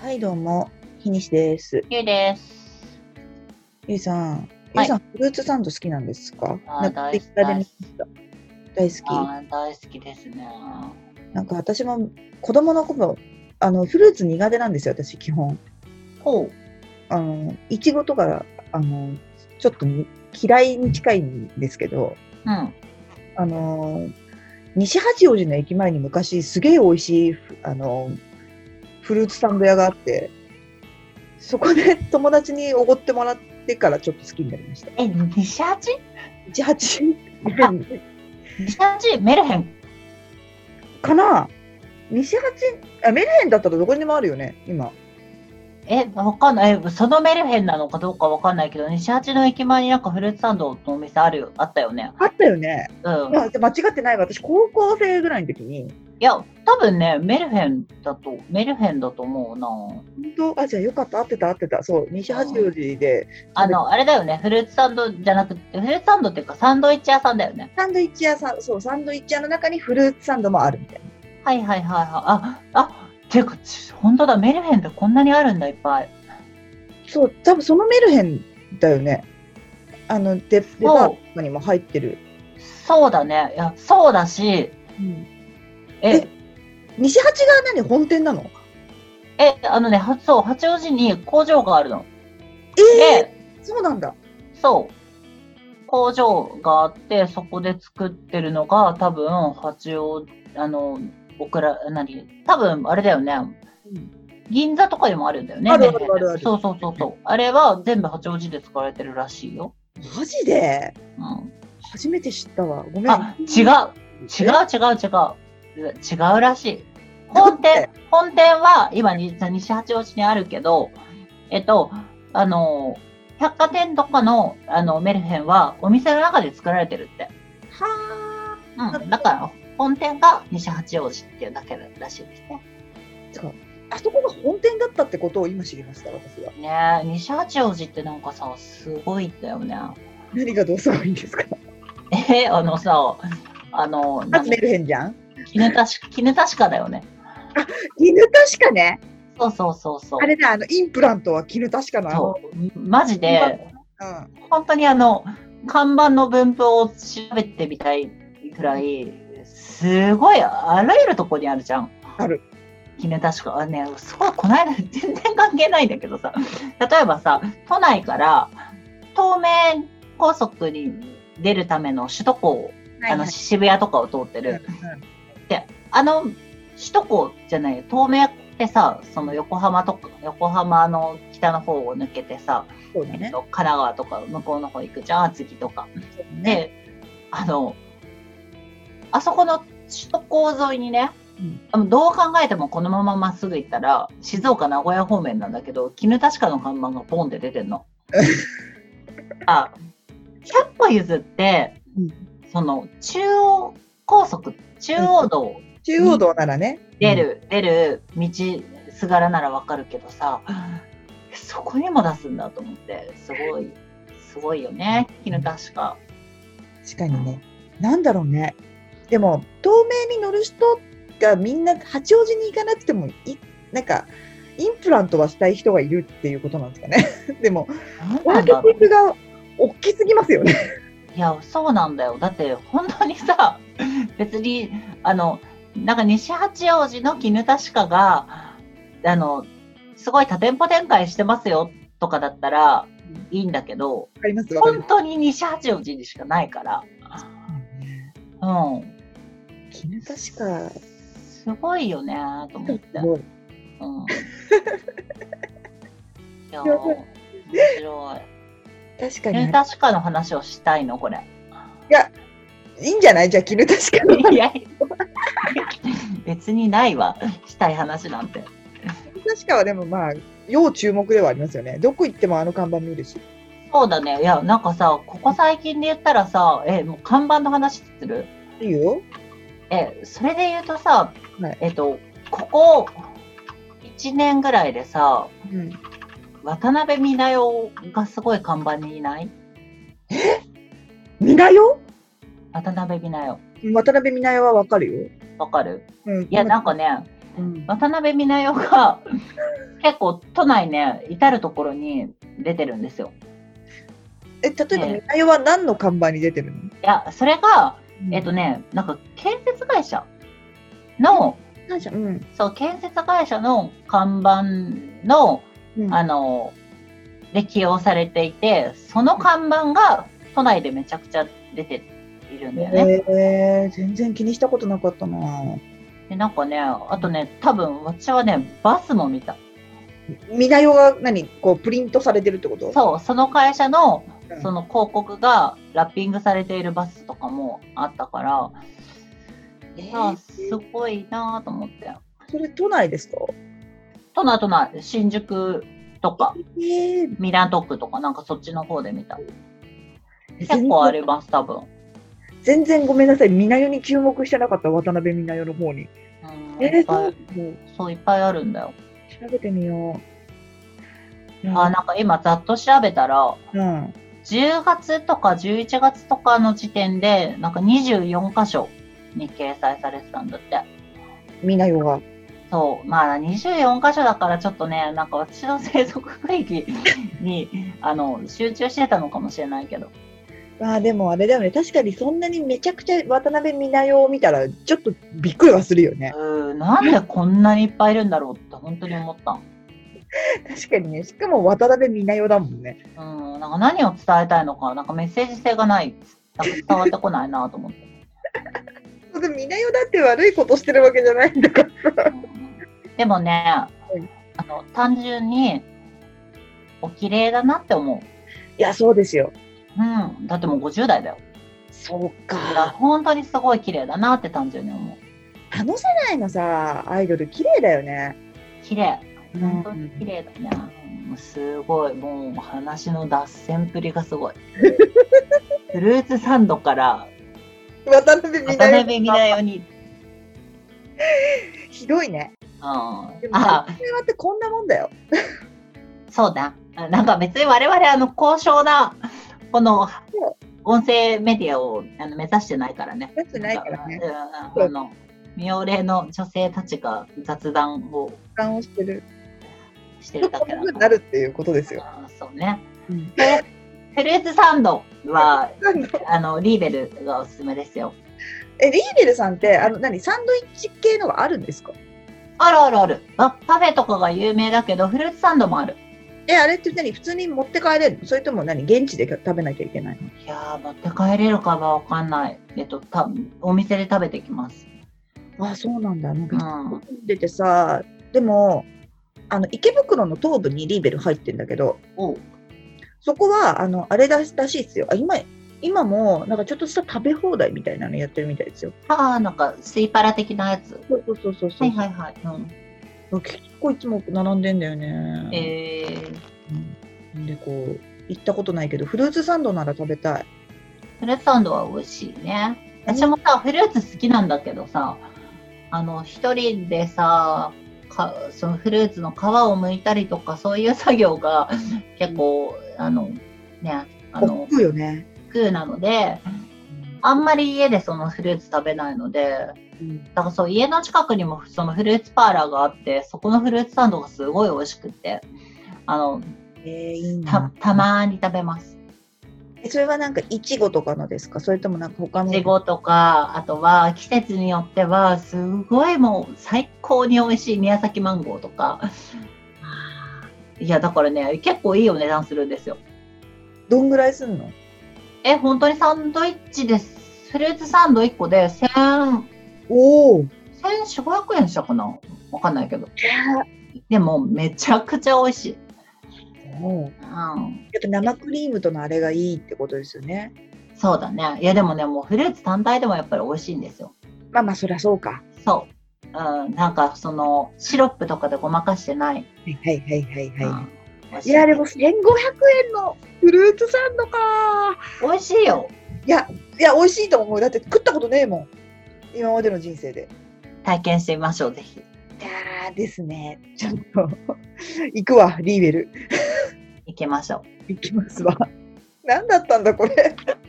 はい、どうも、日西です。 ゆうです。 ゆいさん、 はい。 フルーツサンド好きなんですか？なんかツイッ大好き、 ターで見ました。大好き。 大好きですね。 なんか私も子供の頃、フルーツ苦手なんですよ、私、基本。 ほう。 いちごとか、ちょっと嫌いに近いんですけど、 うん。 あの、西八王子の駅前に昔、すげえ美味しい、フルーツサンド屋があって、そこで友達におごってもらってからちょっと好きになりました。 西八？ 18 あ、西八メルヘン。 かな。西八、メルヘンだったらどこにでもあるよね、今。 わかんない。そのメルヘンなのかどうかわかんないけど、西八の駅前になんかフルーツサンドのお店あったよね。 あったよね。 うん。 間違ってない。私、高校生ぐらいの時に。 いや、多分ね、メルヘンだと思うな。 本当？じゃあよかった。合ってた。そう、西八王子で食べあれだよね。フルーツサンドじゃなくて、フルーツサンドっていうかサンドイッチ屋さんだよね。 サンドイッチ屋さん、そう、サンドイッチ屋の中にフルーツサンドもあるみたいな。 はいはいはいはい。ていうか、本当だ、メルヘンってこんなにあるんだ、いっぱい。 そう、多分そのメルヘンだよね。デパーそう。 トにも入ってる。 そうだね。いや、そうだし、 うん、 え、 西八が何本店なの？ そう、八王子に工場があるの。 えで、 そうなんだ。 そう、工場があって、そこで作ってるのが、多分、八王子、多分、あれだよね。 うん、 銀座とかにもあるんだよね、 あるあメルヘンで。 るあるある。 そうそうそうそう。あれは全部八王子で使われてるらしいよ。 マジで？ うん。 初めて知ったわ。ごめん。 違う。違う違う違う。違うらしい。本店は今西八王子にあるけど、えっと、あの、百貨店とかの、メルヘンはお店の中で作られてるって。 はあ。 うん。だから、本店が西八王子っていうだけらしいですね。 あそこが本店だったってことを今知りました、私は。 ねえ、西八王子ってなんかさ、すごいんだよね。 何がどうすごいんですか？ さ、 まずメルヘンじゃん。 絹確かだよね。 あ、絹確かね。 そうそうそうそう。 あれだ、インプラントは絹確かな。 そう、マジで、 うん。 本当に看板の分布を調べてみたいくらい、すごいあらゆるとこにあるじゃん。 ある。 絹確か。ね、すごい、この間全然関係ないんだけどさ、例えばさ、都内から東名高速に出るための首都高、 はいはい、 渋谷とかを通ってる。 うんうん、 で、首都高じゃないよ、東名ってさ、その横浜の北の方を抜けてさ、 そうだね。 神奈川とか向こうの方行くじゃん、厚木とか。 ね、 で、あそこの首都高沿いにね、 うん、 どう考えてもこのまままっすぐ行ったら、静岡、名古屋方面なんだけど、絹確かの看板がポンって出てんの。100歩譲って、 うん、 その中央高速、中央道中央道ならね。 出る道すがらならわかるけどさ、そこにも出すんだと思って、すごいよね、絹確か。 確かにね。なんだろうね。でも、東名に乗る人がみんな八王子に行かなくてもなんか、インプラントはしたい人がいるっていうことなんですかね。でも、マーケティングが大きすぎますよね。 いや、そうなんだよ。だって、本当にさ、別に、なんか西八王子の絹確かが、すごい多店舗展開してますよとかだったらいいんだけど、本当に西八王子にしかないから。うん。 絹確か。 すごいよねと思って。うん。いや、面白い。 確かに。 絹確かの話をしたいのこれ。 いや、いいんじゃない？じゃあ絹確かの。 いや、別にないわ。したい話なんて。 確かはでもまあ、要注目ではありますよね。どこ行ってもあの看板見るし。 そうだね。いや、なんかさ、ここ最近で言ったらさ、もう看板の話する？ いいよ。 それで言うとさ、 はい、 ここ1年ぐらいでさ、 うん、 渡辺美奈代がすごい看板にいない？ 美奈代？ 渡辺美奈代。 渡辺美奈代はわかるよ。 わかる？ うん、 いや、なんかね、 渡辺美奈代が結構都内ね、至るところに出てるんですよ。 例えば美奈代は何の看板に出てるの？ いや、それが、なんか建設会社の、そう、建設会社の看板の、で起用されていて、その看板が都内でめちゃくちゃ出ているんだよね。 全然気にしたことなかったな。 でなんかね、あとね、多分私はね、バスも見た。 美奈代がこうプリントされてるってこと？ そう、その会社のその広告がラッピングされているバスとかもあったから、すごいなと思って。 それ都内ですか？ 都内、新宿とか、港区とか、なんかそっちの方で見た。結構あります、多分。 全然ごめんなさい、美奈代に注目してなかった、渡辺美奈代の方に。 そう、いっぱいあるんだよ。 調べてみよう。 なんか今ざっと調べたら、10月とか11月とかの時点で、なんか24カ所に掲載されてたんだって。 美奈代が。 そう。まあ24カ所だからちょっとね、なんか私の生息区域に集中してたのかもしれないけど。 まあでもあれだよね。確かにそんなにめちゃくちゃ渡辺美奈代を見たらちょっとびっくりはするよね。 なんでこんなにいっぱいいるんだろうって本当に思った。 確かにね。しかも渡辺美奈代だもんね。 なんか何を伝えたいのか、なんかメッセージ性がない。なんか伝わってこないなと思って。 美奈代だって悪いことしてるわけじゃないんだからさ。 でもね、単純にお綺麗だなって思う。いや、そうですよ。 だってもう50代だよ。 そうか。 本当にすごい綺麗だなって単純に思う。 あの世代のさ、アイドル綺麗だよね。 綺麗。本当に綺麗だね。すごい。もう話の脱線っぷりがすごい。フルーツサンドから渡辺美奈代に。 ひどいね。でもさ、会話ってこんなもんだよ。 そうだ。なんか別に我々高尚なこの音声メディアを目指してないからね。 目指してないからね。 妙齢の女性たちが雑談をしてるだけだから。 なるっていうことですよ。 そうね。フルーツサンドはリーベルがおすすめですよ。 リーベルさんってサンドイッチ系のがあるんですか？ ある。パフェとかが有名だけどフルーツサンドもある。 あれって普通に持って帰れるの？それとも現地で食べなきゃいけないの？ いや持って帰れるかはわかんない。お店で食べてきます。 そうなんだ。出てさ、でも池袋の東部にリーベル入ってんだけど、そこはあれらしいですよ。今もなんかちょっとした食べ放題みたいなのやってるみたいですよ。 なんかスイパラ的なやつ。 そう。 はい。 結構いつも並んでんだよね。で行ったことないけどフルーツサンドなら食べたい。 フルーツサンドは美味しいね。私もさフルーツ好きなんだけどさ、一人でさそのフルーツの皮を剥いたりとかそういう作業が結構食うよね。 食うなので、あんまり家でそのフルーツ食べないので、だから家の近くにもそのフルーツパーラーがあって、そこのフルーツサンドがすごい美味しくて、たまに食べます。 それはなんかいちごとかのですか？それともなんか他の？ いちごとか、あとは季節によってはすごいもう最高に美味しい宮崎マンゴーとか。いやだからね結構いいお値段するんですよ。 どんぐらいすんの？ 本当にサンドイッチです。フルーツサンド1個で1400円したかな、わかんないけど。でもめちゃくちゃ美味しい。やっぱ生クリームとのあれがいいってことですよね。 そうだね。いやでもね、もうフルーツ単体でもやっぱり美味しいんですよ。 まあそりゃそうか。 そう。なんかそのシロップとかでごまかしてない。 はい。いやでも1500円のフルーツサンドか。 美味しいよ。 いや美味しいと思う。だって食ったことねえもん。今までの人生で。 体験してみましょうぜひ。 いやですね。ちょっと行くわリーベル。 行きましょう。 行きますわ。何だったんだこれ。